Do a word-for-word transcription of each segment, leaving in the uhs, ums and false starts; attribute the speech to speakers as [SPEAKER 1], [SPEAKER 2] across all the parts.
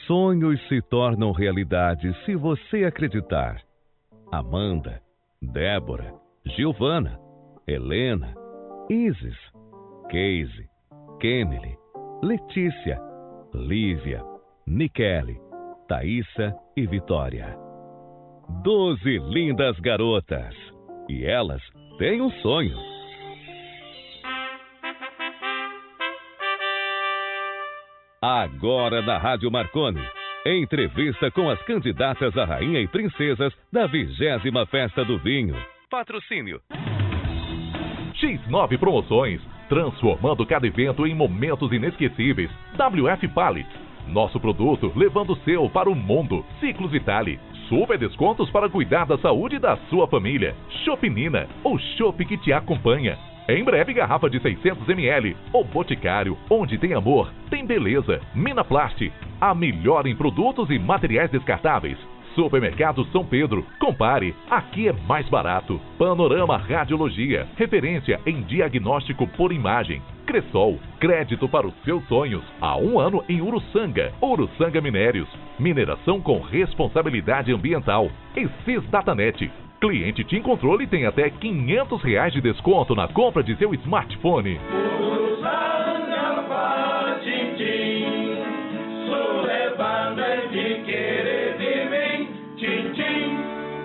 [SPEAKER 1] sonhos se tornam realidade se você acreditar. Amanda, Débora, Giovana, Helena, Isis, Casey, Kemily, Letícia, Lívia, Nikele, Thaísa e Vitória. Doze lindas garotas. E elas têm um sonho. Agora na Rádio Marconi, entrevista com as candidatas a rainha e princesas da vigésima Festa do Vinho. Patrocínio
[SPEAKER 2] X nove Promoções, transformando cada evento em momentos inesquecíveis. W F Pallets, nosso produto levando o seu para o mundo. Ciclos Vitale, super descontos para cuidar da saúde da sua família. Chopinina, o chopp que te acompanha. Em breve, garrafa de seiscentos mililitros. O Boticário, onde tem amor, tem beleza. Minaplast, a melhor em produtos e materiais descartáveis. Supermercado São Pedro, compare, aqui é mais barato. Panorama Radiologia, referência em diagnóstico por imagem. Cressol, crédito para os seus sonhos. Há um ano em Uruçanga. Uruçanga Minérios, mineração com responsabilidade ambiental. E Cisdatanet, cliente TIM Controle tem até quinhentos reais de desconto na compra de seu smartphone.
[SPEAKER 3] Uruçanga faz tchim-tchim, sou levando de querer de mim, tchim-tchim.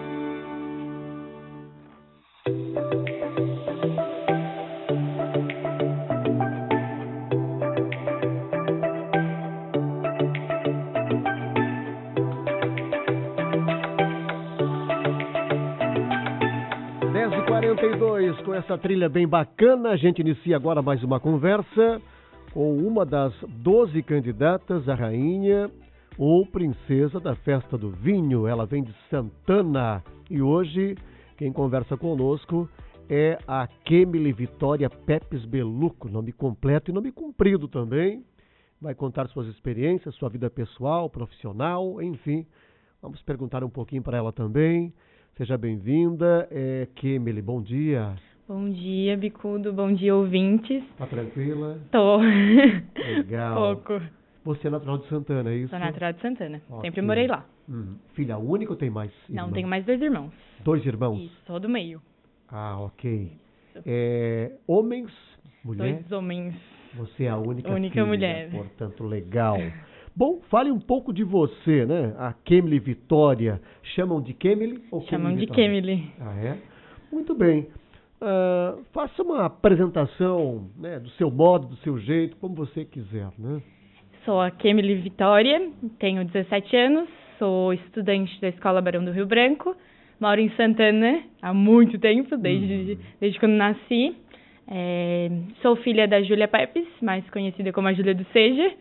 [SPEAKER 4] quarenta e dois, com essa trilha bem bacana, a gente inicia agora mais uma conversa com uma das doze candidatas à rainha ou princesa da Festa do Vinho. Ela vem de Santana e hoje quem conversa conosco é a Kemily Vitória Pepes Bellucco, nome completo e nome comprido também. Vai contar suas experiências, sua vida pessoal, profissional, enfim. Vamos perguntar um pouquinho para ela também. Seja bem-vinda, é, Kemily, bom dia.
[SPEAKER 5] Bom dia, Bicudo, bom dia, ouvintes.
[SPEAKER 4] Tá tranquila?
[SPEAKER 5] Tô.
[SPEAKER 4] Legal.
[SPEAKER 5] Pouco.
[SPEAKER 4] Você é natural de Santana, é isso?
[SPEAKER 5] Sou natural de Santana,
[SPEAKER 4] okay.
[SPEAKER 5] Sempre morei lá.
[SPEAKER 4] Hum. Filha única ou tem mais irmãos?
[SPEAKER 5] Não, tenho mais dois irmãos.
[SPEAKER 4] Dois irmãos?
[SPEAKER 5] Isso, sou do meio.
[SPEAKER 4] Ah, ok. É, homens, mulher?
[SPEAKER 5] Dois homens.
[SPEAKER 4] Você é a única,
[SPEAKER 5] única
[SPEAKER 4] filha,
[SPEAKER 5] mulher.
[SPEAKER 4] Portanto, legal. Bom, fale um pouco de você, né? A Kemily Vitória. Chamam de Kemily ou
[SPEAKER 5] Chamam
[SPEAKER 4] Kemily
[SPEAKER 5] de
[SPEAKER 4] Vitória?
[SPEAKER 5] Kemily.
[SPEAKER 4] Ah, é? Muito bem. Uh, faça uma apresentação, né, do seu modo, do seu jeito, como você quiser, né?
[SPEAKER 5] Sou a Kemily Vitória, tenho dezessete anos, sou estudante da Escola Barão do Rio Branco, moro em Santana há muito tempo, desde, hum. desde quando nasci. É, sou filha da Júlia Pepes, mais conhecida como a Júlia do Seja.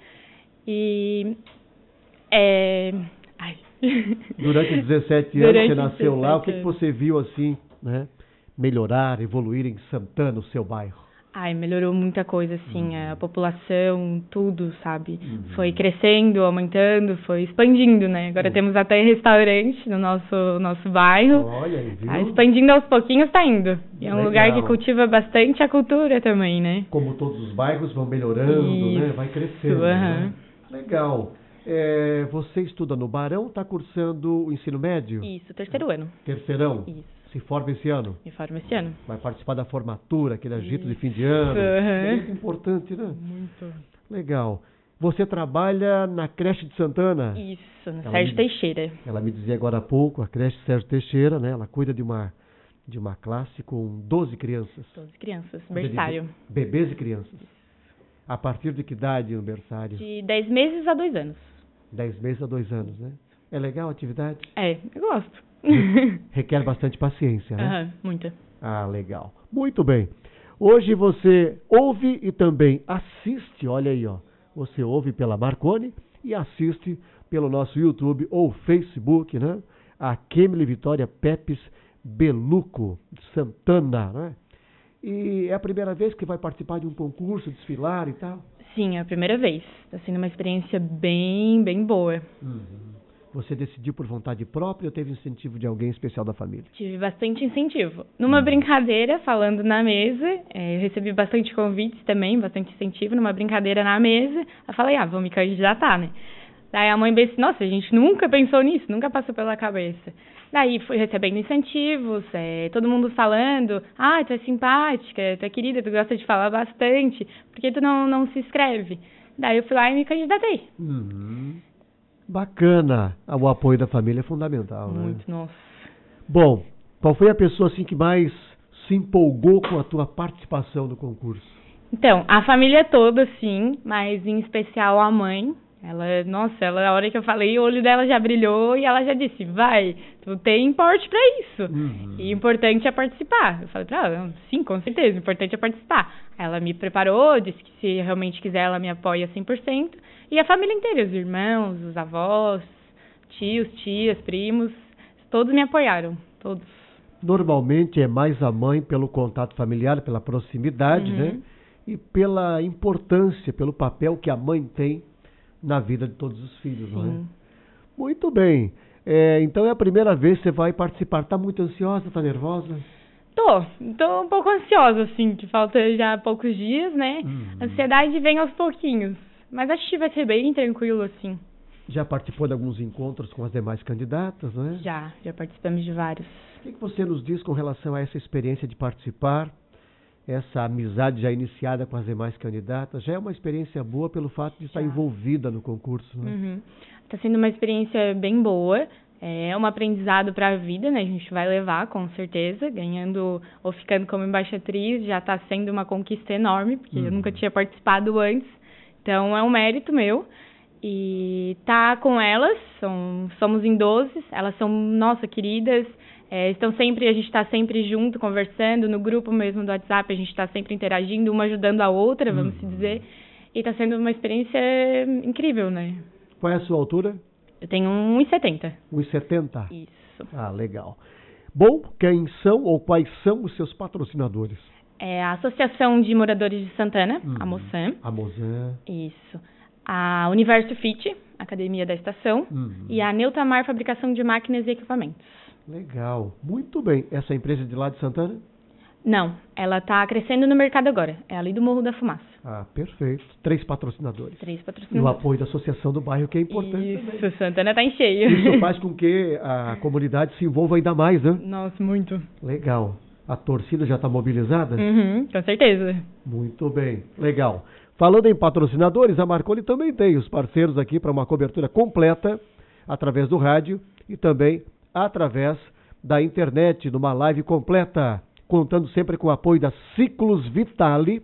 [SPEAKER 5] E é... Ai.
[SPEAKER 4] Durante dezessete anos Durante você nasceu lá, o que, que você viu assim, né, melhorar, evoluir em Santana, o seu bairro?
[SPEAKER 5] Ai, melhorou muita coisa, assim, uhum. A população, tudo, sabe?
[SPEAKER 4] Uhum.
[SPEAKER 5] Foi crescendo, aumentando, foi expandindo, né? Agora uhum. temos até restaurante no nosso, nosso bairro.
[SPEAKER 4] Olha aí, viu?
[SPEAKER 5] Tá expandindo aos pouquinhos, tá indo. E é um
[SPEAKER 4] Legal.
[SPEAKER 5] lugar que cultiva bastante a cultura também, né?
[SPEAKER 4] Como todos os bairros vão melhorando,
[SPEAKER 5] Isso.
[SPEAKER 4] né? Vai crescendo,
[SPEAKER 5] uhum.
[SPEAKER 4] né? Legal. É, você estuda no Barão, está cursando o ensino médio?
[SPEAKER 5] Isso, terceiro ano.
[SPEAKER 4] Terceirão?
[SPEAKER 5] Isso.
[SPEAKER 4] Se forma esse ano?
[SPEAKER 5] Me forma esse ano.
[SPEAKER 4] Vai participar da formatura, aquele agito de fim de ano.
[SPEAKER 5] Uhum.
[SPEAKER 4] É muito importante, né?
[SPEAKER 5] Muito.
[SPEAKER 4] Legal. Você trabalha na creche de Santana?
[SPEAKER 5] Isso, no
[SPEAKER 4] ela
[SPEAKER 5] Sérgio
[SPEAKER 4] me,
[SPEAKER 5] Teixeira.
[SPEAKER 4] Ela me dizia agora há pouco, a creche Sérgio Teixeira, né? Ela cuida de uma, de uma classe com doze crianças.
[SPEAKER 5] doze crianças, berçário.
[SPEAKER 4] Bebês e crianças. A partir de que idade no berçário?
[SPEAKER 5] De dez meses a dois anos.
[SPEAKER 4] dez meses a dois anos, né? É legal a atividade?
[SPEAKER 5] É, eu gosto.
[SPEAKER 4] Requer bastante paciência, né?
[SPEAKER 5] Aham, muita.
[SPEAKER 4] Ah, legal. Muito bem. Hoje você ouve e também assiste, olha aí, ó. Você ouve pela Marconi e assiste pelo nosso YouTube ou Facebook, né? A Kemily Vitória Pepes Bellucco, de Santana, né? E é a primeira vez que vai participar de um concurso, desfilar e tal?
[SPEAKER 5] Sim, é a primeira vez. Está sendo uma experiência bem, bem boa.
[SPEAKER 4] Uhum. Você decidiu por vontade própria ou teve incentivo de alguém especial da família?
[SPEAKER 5] Tive bastante incentivo. Numa uhum. brincadeira, falando na mesa, é, eu recebi bastante convites também, bastante incentivo. Numa brincadeira na mesa, eu falei, ah, vou me candidatar, né? Daí a mãe bem assim, nossa, a gente nunca pensou nisso, nunca passou pela cabeça. Daí fui recebendo incentivos, é, todo mundo falando, ah, tu é simpática, tu é querida, tu gosta de falar bastante, por que tu não, não se inscreve? Daí eu fui lá e me candidatei.
[SPEAKER 4] Uhum. Bacana. O apoio da família é fundamental, né?
[SPEAKER 5] Muito, nossa.
[SPEAKER 4] Bom, qual foi a pessoa assim que mais se empolgou com a tua participação no concurso?
[SPEAKER 5] Então, a família toda, sim, mas em especial a mãe. Ela, nossa, ela, a hora que eu falei, o olho dela já brilhou e ela já disse, vai, tu tem porte pra isso.
[SPEAKER 4] Uhum.
[SPEAKER 5] E o importante é participar. Eu falei pra ela, sim, com certeza, o importante é participar. Ela me preparou, disse que se realmente quiser ela me apoia cem por cento. E a família inteira, os irmãos, os avós, tios, tias, primos, todos me apoiaram, todos.
[SPEAKER 4] Normalmente é mais a mãe pelo contato familiar, pela proximidade,
[SPEAKER 5] Uhum.
[SPEAKER 4] né? E pela importância, pelo papel que a mãe tem na vida de todos os filhos, não é?
[SPEAKER 5] Sim.
[SPEAKER 4] Muito bem. É, então é a primeira vez que você vai participar. Tá muito ansiosa, tá nervosa?
[SPEAKER 5] Tô, tô um pouco ansiosa, assim, que falta já poucos dias, né?
[SPEAKER 4] Uhum.
[SPEAKER 5] A ansiedade vem aos pouquinhos, mas acho que vai ser bem tranquilo, assim.
[SPEAKER 4] Já participou de alguns encontros com as demais candidatas, não é?
[SPEAKER 5] Já, já participamos de vários.
[SPEAKER 4] O que que você nos diz com relação a essa experiência de participar, essa amizade já iniciada com as demais candidatas? Já é uma experiência boa pelo fato de estar
[SPEAKER 5] Já.
[SPEAKER 4] envolvida no concurso, né?
[SPEAKER 5] Uhum. Tá sendo uma experiência bem boa, é um aprendizado para a vida, né? A gente vai levar, com certeza, ganhando ou ficando como embaixatriz, já tá sendo uma conquista enorme, porque
[SPEAKER 4] Uhum.
[SPEAKER 5] eu nunca tinha participado antes, então é um mérito meu. E tá com elas, são, somos em doze, elas são, nossa, queridas, é, estão sempre, a gente está sempre junto, conversando, no grupo mesmo do WhatsApp, a gente está sempre interagindo, uma ajudando a outra, vamos
[SPEAKER 4] Uhum.
[SPEAKER 5] se dizer, e tá sendo uma experiência incrível, né?
[SPEAKER 4] Qual é a sua altura?
[SPEAKER 5] Eu tenho um e setenta.
[SPEAKER 4] um e setenta?
[SPEAKER 5] Isso.
[SPEAKER 4] Ah, legal. Bom, quem são ou quais são os seus patrocinadores?
[SPEAKER 5] É a Associação de Moradores de Santana,
[SPEAKER 4] Uhum.
[SPEAKER 5] a Moçam.
[SPEAKER 4] A Mozan.
[SPEAKER 5] Isso. A Universo Fit, Academia da Estação.
[SPEAKER 4] Uhum.
[SPEAKER 5] E a Neutamar Fabricação de Máquinas e Equipamentos.
[SPEAKER 4] Legal. Muito bem. Essa empresa de lá de Santana?
[SPEAKER 5] Não, ela está crescendo no mercado agora. É ali do Morro da Fumaça.
[SPEAKER 4] Ah, perfeito. Três patrocinadores.
[SPEAKER 5] Três
[SPEAKER 4] E o
[SPEAKER 5] patrocinadores.
[SPEAKER 4] apoio da Associação do Bairro, que é importante também.
[SPEAKER 5] Isso, Santana tá em cheio.
[SPEAKER 4] Isso faz com que a comunidade se envolva ainda mais, né?
[SPEAKER 5] Nossa, muito.
[SPEAKER 4] Legal. A torcida já está mobilizada?
[SPEAKER 5] Uhum, com certeza.
[SPEAKER 4] Muito bem. Legal. Falando em patrocinadores, a Marconi também tem os parceiros aqui para uma cobertura completa através do rádio e também através da internet, numa live completa, contando sempre com o apoio da Ciclos Vitale,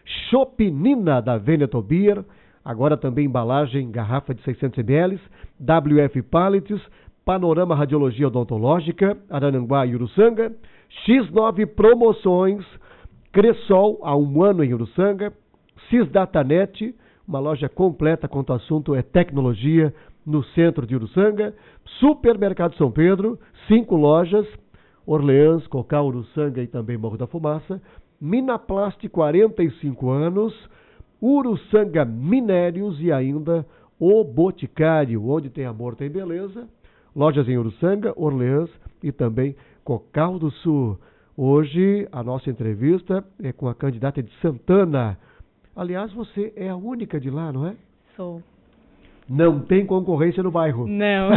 [SPEAKER 4] Chopinina da Veneto Beer, agora também embalagem garrafa de seiscentos mililitros, W F Pallets, Panorama Radiologia Odontológica, Arananguá e Uruçanga, X nove Promoções, Cressol, há um ano em Uruçanga, Cisdatanet, uma loja completa quanto ao assunto é tecnologia no centro de Uruçanga, Supermercado São Pedro, cinco lojas, Orleans, Cocal, Uruçanga e também Morro da Fumaça, Minaplast, quarenta e cinco anos, Uruçanga Minérios e ainda O Boticário, onde tem amor tem beleza, lojas em Uruçanga, Orleans e também Cocal do Sul. Hoje a nossa entrevista é com a candidata de Santana. Aliás, você é a única de lá, não é?
[SPEAKER 5] Sou.
[SPEAKER 4] Não tem concorrência no bairro.
[SPEAKER 5] Não.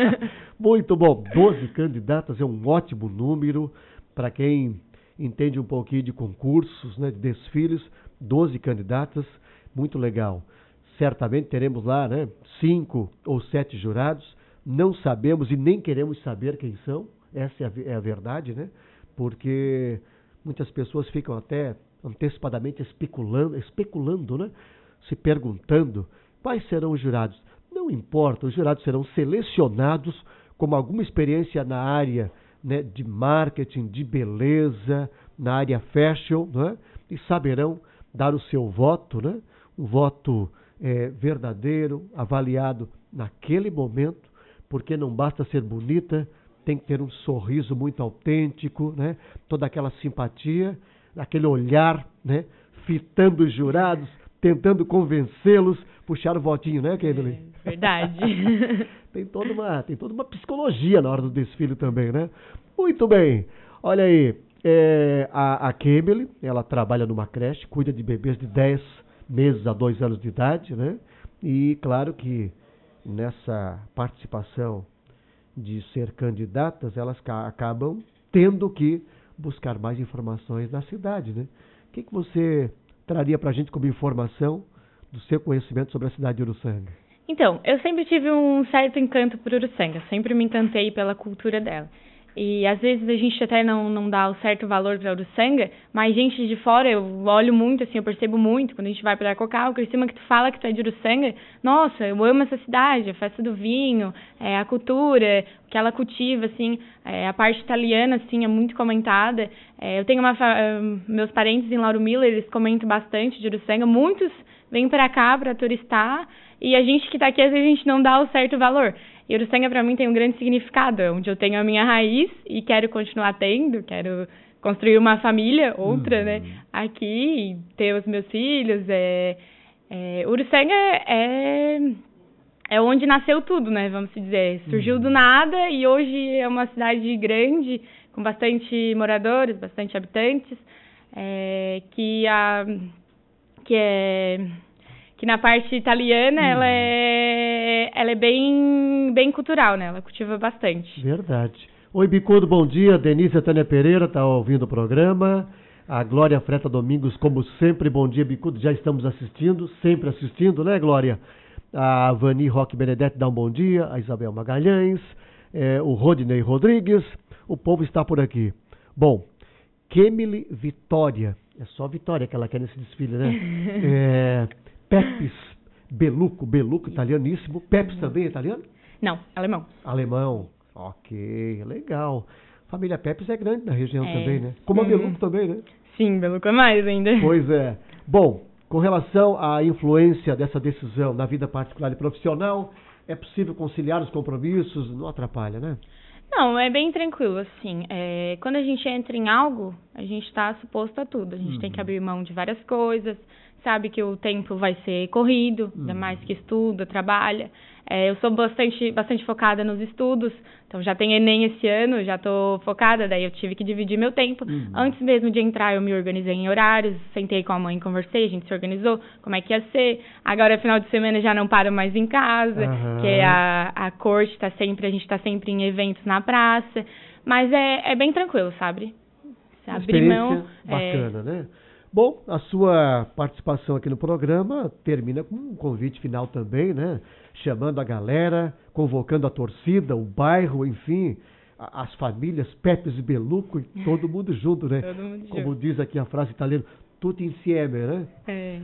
[SPEAKER 4] Muito bom. doze candidatas é um ótimo número para quem entende um pouquinho de concursos, né, de desfiles. doze candidatas, muito legal. Certamente teremos lá, né, cinco ou sete jurados. Não sabemos e nem queremos saber quem são. Essa é a, é a verdade, né? Porque muitas pessoas ficam até antecipadamente especulando, especulando, né? Se perguntando quais serão os jurados. Não importa, os jurados serão selecionados com alguma experiência na área, né, de marketing, de beleza, na área fashion, né? E saberão dar o seu voto, né? Um voto é, verdadeiro, avaliado naquele momento, porque não basta ser bonita, tem que ter um sorriso muito autêntico, né? Toda aquela simpatia, aquele olhar, né? Fitando os jurados, tentando convencê-los, puxar o votinho, né, Kimberly?
[SPEAKER 5] É, verdade.
[SPEAKER 4] tem, toda uma, tem toda uma psicologia na hora do desfile também, né? Muito bem. Olha aí, é, a, a Kimberly, ela trabalha numa creche, cuida de bebês de dez meses a dois anos de idade, né? E claro que nessa participação de ser candidatas, elas ca- acabam tendo que buscar mais informações da cidade, né? O que, que você traria para a gente como informação do seu conhecimento sobre a cidade de Uruçanga?
[SPEAKER 5] Então, eu sempre tive um certo encanto por Uruçanga, sempre me encantei pela cultura dela. E às vezes a gente até não, não dá o certo valor para Uruçanga, mas gente de fora, eu olho muito, assim, eu percebo muito, quando a gente vai para Cocal, que cima que tu fala que tu é de Uruçanga, nossa, eu amo essa cidade, a festa do vinho, é, a cultura, o que ela cultiva, assim, é, a parte italiana, assim, é muito comentada. É, eu tenho uma, fa- meus parentes em Lauro Miller, eles comentam bastante de Uruçanga, muitos vêm para cá para turistar, e a gente que está aqui, às vezes a gente não dá o certo valor. E Uruçanga, para mim, tem um grande significado, onde eu tenho a minha raiz e quero continuar tendo, quero construir uma família, outra, uhum. né, aqui, ter os meus filhos. É, é, Uruçanga é, é onde nasceu tudo, né, vamos dizer. Surgiu uhum. do nada e hoje é uma cidade grande, com bastante moradores, bastante habitantes, é, que, a, que é... que na parte italiana, hum. ela é, ela é bem, bem cultural, né? Ela cultiva bastante.
[SPEAKER 4] Verdade. Oi, Bicudo, bom dia. Denise Tânia Pereira está ouvindo o programa. A Glória Freta Domingos, como sempre, bom dia, Bicudo. Já estamos assistindo, sempre assistindo, né, Glória? A Vani Roque Benedetti dá um bom dia. A Isabel Magalhães, é, o Rodney Rodrigues. O povo está por aqui. Bom, Kemily Vitória. É só Vitória que ela quer nesse desfile, né? é... Pepes Beluco, Beluco, italianíssimo. Pepes também é italiano?
[SPEAKER 5] Não, alemão.
[SPEAKER 4] Alemão, ok, legal. Família Pepes é grande na região
[SPEAKER 5] é.
[SPEAKER 4] também, né? Como a Beluco também, né?
[SPEAKER 5] Sim, Beluco é mais ainda.
[SPEAKER 4] Pois é. Bom, com relação à influência dessa decisão na vida particular e profissional, é possível conciliar os compromissos? Não atrapalha, né?
[SPEAKER 5] Não, é bem tranquilo, assim. É, quando a gente entra em algo, a gente está suposto a tudo. A gente uhum. tem que abrir mão de várias coisas, sabe que o tempo vai ser corrido, uhum. ainda mais que estuda, trabalha. É, eu sou bastante, bastante focada nos estudos, então já tenho Enem esse ano, já estou focada, daí eu tive que dividir meu tempo. Uhum. Antes mesmo de entrar, eu me organizei em horários, sentei com a mãe, conversei, a gente se organizou, como é que ia ser. Agora, final de semana, já não paro mais em casa, uhum. que a, a corte está sempre, a gente está sempre em eventos na praça, mas é, é bem tranquilo, sabe?
[SPEAKER 4] Se abrir mão, bacana, é... né? Bom, a sua participação aqui no programa termina com um convite final também, né? Chamando a galera, convocando a torcida, o bairro, enfim, a, as famílias Pepes e Beluco, e todo mundo junto, né?
[SPEAKER 5] Todo mundo
[SPEAKER 4] Como
[SPEAKER 5] junto.
[SPEAKER 4] diz aqui a frase italiana, tutti insieme, né?
[SPEAKER 5] É.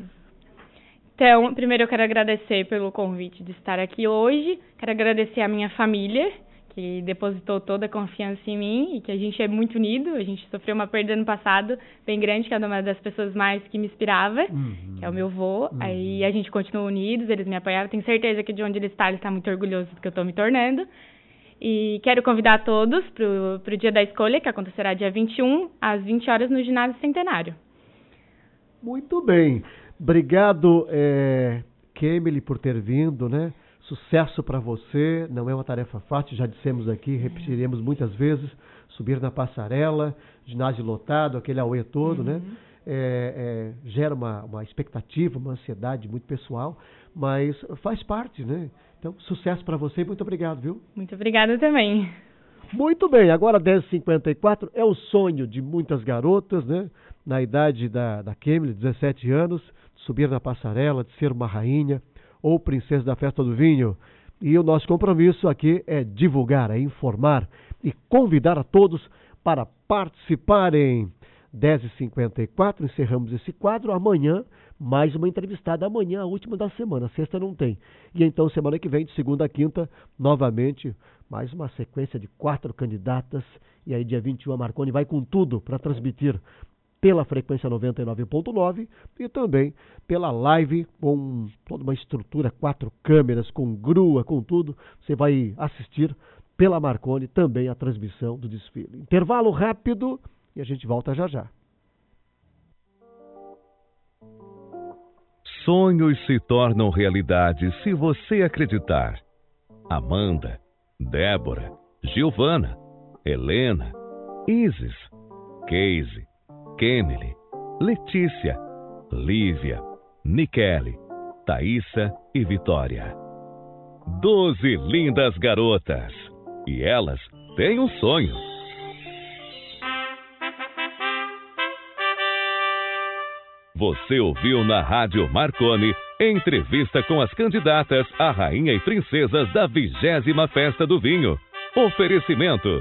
[SPEAKER 5] Então, primeiro eu quero agradecer pelo convite de estar aqui hoje, quero agradecer a minha família, que depositou toda a confiança em mim e que a gente é muito unido. A gente sofreu uma perda no passado bem grande, que é uma das pessoas mais que me inspirava, uhum. que é o meu avô. Uhum. Aí a gente continua unidos, eles me apoiaram. Tenho certeza que de onde ele está, ele está muito orgulhoso do que eu estou me tornando. E quero convidar todos para o dia da escolha, que acontecerá dia vinte e um, às vinte horas, no Ginásio Centenário.
[SPEAKER 4] Muito bem. Obrigado, é, Kemily, por ter vindo, né? Sucesso para você, não é uma tarefa fácil, já dissemos aqui, repetiremos muitas vezes, subir na passarela, ginásio lotado, aquele auê todo, uhum. né? É, é, gera uma, uma expectativa, uma ansiedade muito pessoal, mas faz parte, né? Então, sucesso para você e muito obrigado, viu?
[SPEAKER 5] Muito obrigada também.
[SPEAKER 4] Muito bem, agora dez e cinquenta e quatro, é o sonho de muitas garotas, né? Na idade da, da Kemily, dezessete anos, de subir na passarela, de ser uma rainha, ou princesa da festa do vinho. E o nosso compromisso aqui é divulgar, é informar e convidar a todos para participarem. dez e cinquenta e quatro, encerramos esse quadro. Amanhã, mais uma entrevistada. Amanhã, a última da semana. Sexta não tem. E então, semana que vem, de segunda a quinta, novamente, mais uma sequência de quatro candidatas. E aí, dia vinte e um, a Marconi vai com tudo para transmitir pela frequência noventa e nove ponto nove e também pela live com toda uma estrutura, quatro câmeras, com grua, com tudo. Você vai assistir pela Marconi também a transmissão do desfile. Intervalo rápido e a gente volta já já.
[SPEAKER 1] Sonhos se tornam realidade se você acreditar. Amanda, Débora, Giovana, Helena, Isis, Casey, Kemily, Letícia, Lívia, Nikele, Thaísa e Vitória. Doze lindas garotas. E elas têm um sonho. Você ouviu na Rádio Marconi entrevista com as candidatas a rainha e princesas da vigésima Festa do Vinho. Oferecimento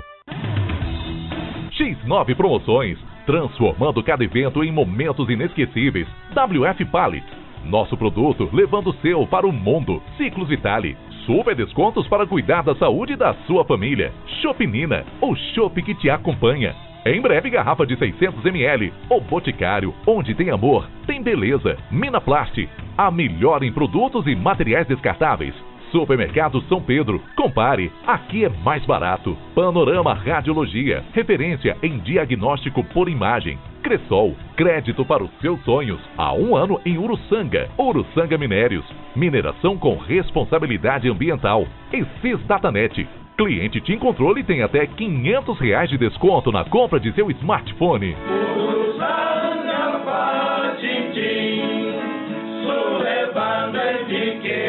[SPEAKER 2] X nove Promoções, transformando cada evento em momentos inesquecíveis. W F Pallets, nosso produto levando o seu para o mundo. Ciclos Vitale, super descontos para cuidar da saúde da sua família. Chopinina, o chopp que te acompanha. Em breve, garrafa de seiscentos mililitros. O Boticário, onde tem amor, tem beleza. Minaplast, a melhor em produtos e materiais descartáveis. Supermercado São Pedro, compare, aqui é mais barato. Panorama Radiologia, referência em diagnóstico por imagem. Cressol, crédito para os seus sonhos. Há um ano em Uruçanga. Uruçanga Minérios, mineração com responsabilidade ambiental. E Cisdatanet, cliente Tim Controle tem até quinhentos reais de desconto na compra de seu smartphone.
[SPEAKER 3] Uruçanga, Patintim, Sul, Levanda e Piquet.